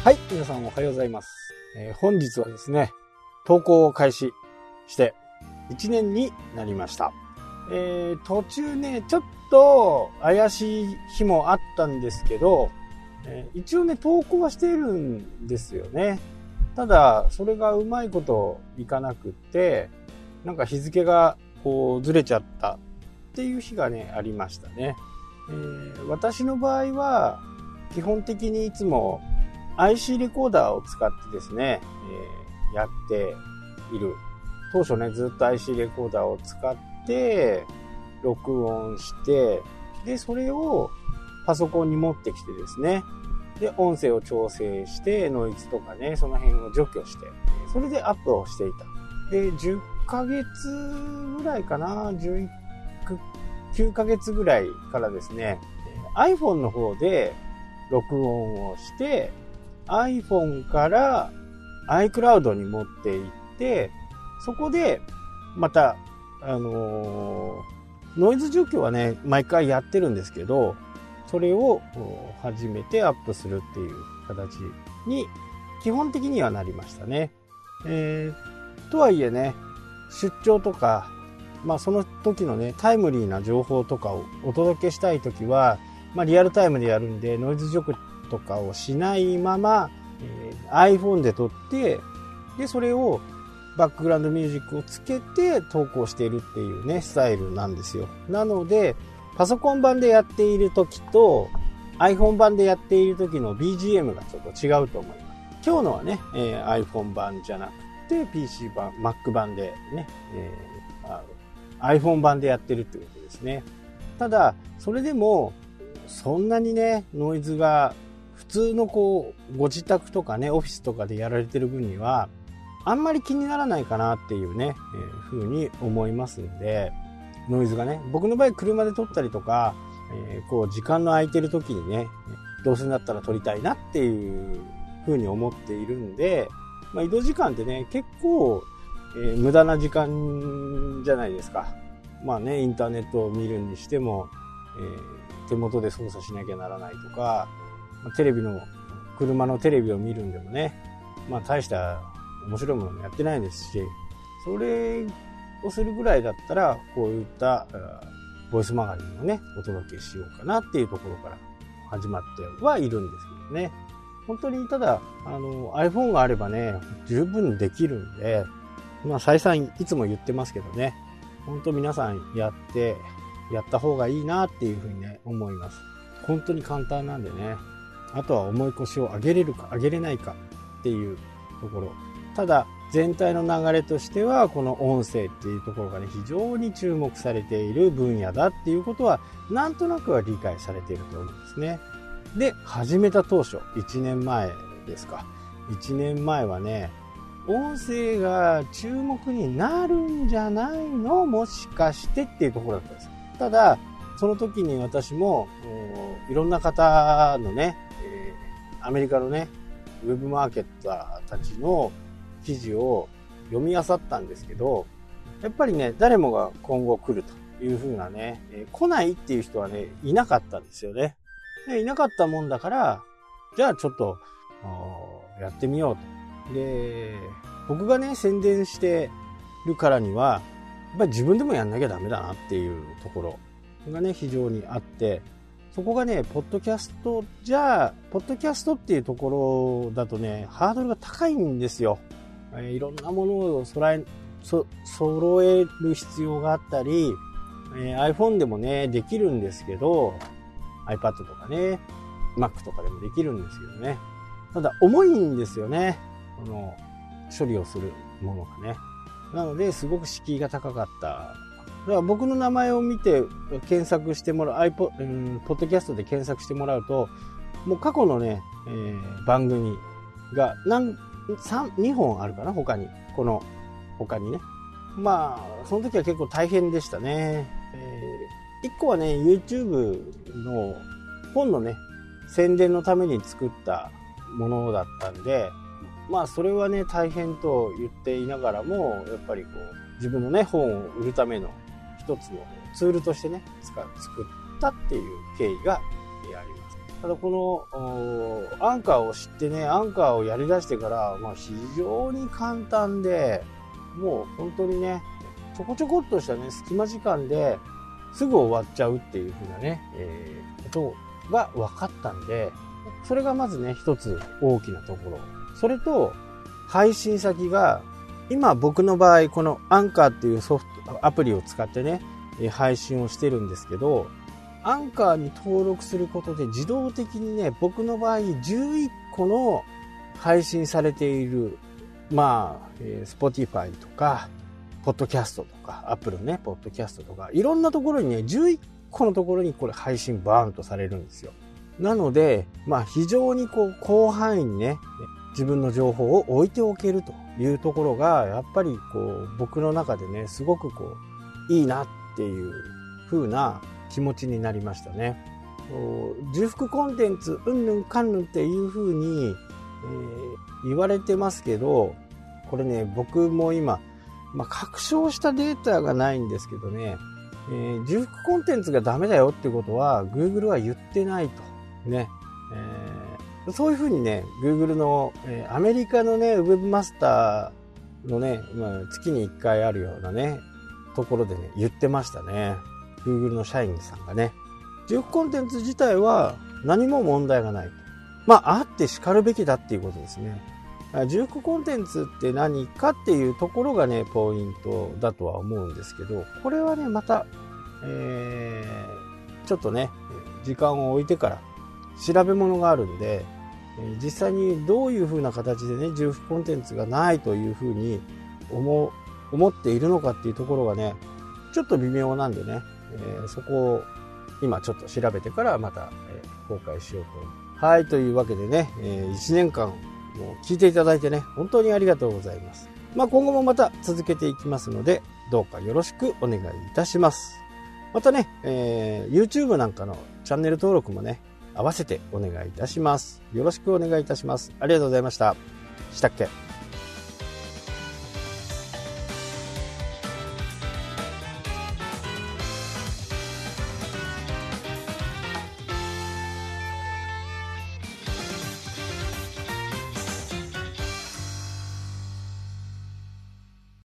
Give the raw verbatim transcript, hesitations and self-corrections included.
はい、皆さんおはようございます。えー、本日はですね、投稿を開始していちねんになりました。えー、途中ね、ちょっと怪しい日もあったんですけど、えー、一応ね、投稿はしているんですよね。ただ、それがうまいこといかなくって、なんか日付がこうずれちゃったっていう日がね、ありましたね。えー、私の場合は、基本的にいつも アイシー レコーダーを使ってですね、えー、やっている。当初ね、ずっと アイシー レコーダーを使って録音して、で、それをパソコンに持ってきてですね、で、音声を調整して、ノイズとかね、その辺を除去して、それでアップをしていた。で、じゅっかげつぐらいかな、じゅうきゅうかげつぐらいからですね、iPhone の方で録音をして、iPhone から iCloud に持っていって、そこでまた、あのー、ノイズ除去はね、毎回やってるんですけど、それを始めてアップするっていう形に基本的にはなりましたね。えー、とはいえね、出張とか、まあその時のね、タイムリーな情報とかをお届けしたい時は、まあリアルタイムでやるんで、ノイズ除去とかをしないまま、えー、iPhone で撮って、で、それをバックグラウンドミュージックをつけて投稿しているっていうね、スタイルなんですよ。なので、パソコン版でやっている時と iPhone 版でやっている時の ビージーエム がちょっと違うと思います。今日のはね、えー、iPhone 版じゃなくて ピーシー 版、Mac 版でね、えー、あ iPhone 版でやってるってことですね。ただ、それでもそんなにね、ノイズが普通のこう、ご自宅とかね、オフィスとかでやられてる分には、あんまり気にならないかなっていうね、えー、ふうに思いますんで、ノイズがね、僕の場合車で撮ったりとか、えー、こう時間の空いてる時にね、どうせだったら撮りたいなっていうふうに思っているんで、まあ、移動時間ってね、結構、えー、無駄な時間じゃないですか。まあね、インターネットを見るにしても、えー、手元で操作しなきゃならないとか、テレビの、車のテレビを見るんでもね、まあ大した面白いものもやってないですし、それをするぐらいだったら、こういったボイスマガジンをね、お届けしようかなっていうところから始まってはいるんですけどね。本当にただ、あの、iPhone があればね、十分できるんで、まあ再三いつも言ってますけどね、本当皆さんやって、やった方がいいなっていうふうにね、思います。本当に簡単なんでね、あとは重い腰を上げれるか上げれないかっていうところ。ただ、全体の流れとしてはこの音声っていうところがね、非常に注目されている分野だっていうことはなんとなくは理解されていると思うんですね。で、始めた当初いちねんまえですか。いちねんまえはね、音声が注目になるんじゃないのもしかしてっていうところだったんです。ただその時に私もいろんな方のね、えー、アメリカのねウェブマーケッターたちの記事を読み漁ったんですけど、やっぱりね、誰もが今後来るという風なね、えー、来ないっていう人はね、いなかったんですよね。でいなかったもんだから、じゃあちょっとやってみようと。で、僕がね、宣伝してるからには、やっぱり自分でもやんなきゃダメだなっていうところがね、非常にあって、そこがね、ポッドキャストじゃあ、ポッドキャストっていうところだとね、ハードルが高いんですよ。えー、いろんなものをそらえ、そ、揃える必要があったり、えー、iPhone でもね、できるんですけど、iPad とかね、Mac とかでもできるんですけどね。ただ、重いんですよね。この、処理をするものがね。なので、すごく敷居が高かった。だから僕の名前を見て検索してもらう、iPod、うん、ポッドキャストで検索してもらうと、もう過去のね、えー、番組が何、三、にほんあるかな、他に。この、他にね。まあ、その時は結構大変でしたね。えー、いっこはね、YouTube の本のね、宣伝のために作ったものだったんで、まあそれはね大変と言っていながらも、やっぱりこう自分のね本を売るための一つのツールとしてね作ったっていう経緯があります。 ただこのアンカーを知ってね、アンカーをやり出してから、まあ、非常に簡単で、もう本当にね、ちょこちょこっとしたね、隙間時間ですぐ終わっちゃうっていう風なね、えー、ことが分かったんで、それがまずね、一つ大きなところ。それと、配信先が、今僕の場合、このアンカーっていうソフト、アプリを使ってね、配信をしてるんですけど、アンカーに登録することで自動的にね、僕の場合じゅういっこの配信されている、まあ、えー、Spotify とか、ポッドキャストとか、Apple ね、ポッドキャストとか、いろんなところにね、じゅういっこのところにこれ配信バーンとされるんですよ。なので、まあ非常にこう広範囲にね、自分の情報を置いておけるというところが、やっぱりこう僕の中でね、すごくこう、いいなっていう風な気持ちになりましたね。重複コンテンツ、うんぬんかんぬんっていう風に、えー、言われてますけど、これね、僕も今、まあ、確証したデータがないんですけどね、えー、重複コンテンツがダメだよってことは Google は言ってないとね、えー、そういうふうにね Google の、えー、アメリカのねウェブマスターのね、まあ、月にいっかいあるようなねところでね言ってましたね。 Google の社員さんがね、重複コンテンツ自体は何も問題がないと、まああってしかるべきだっていうことですね。重複コンテンツって何かっていうところがねポイントだとは思うんですけど、これはねまた、えー、ちょっとね時間を置いてから調べ物があるんで、実際にどういう風な形でね重複コンテンツがないという風に思思っているのかっていうところがねちょっと微妙なんでね、えー、そこを今ちょっと調べてからまた、えー、公開しようと。はい、というわけでね、えー、いちねんかんもう聞いていただいてね本当にありがとうございます。まあ今後もまた続けていきますのでどうかよろしくお願いいたします。またね、えー、YouTube なんかのチャンネル登録もね合わせてお願いいたします。よろしくお願いいたします。ありがとうございました。したっけ。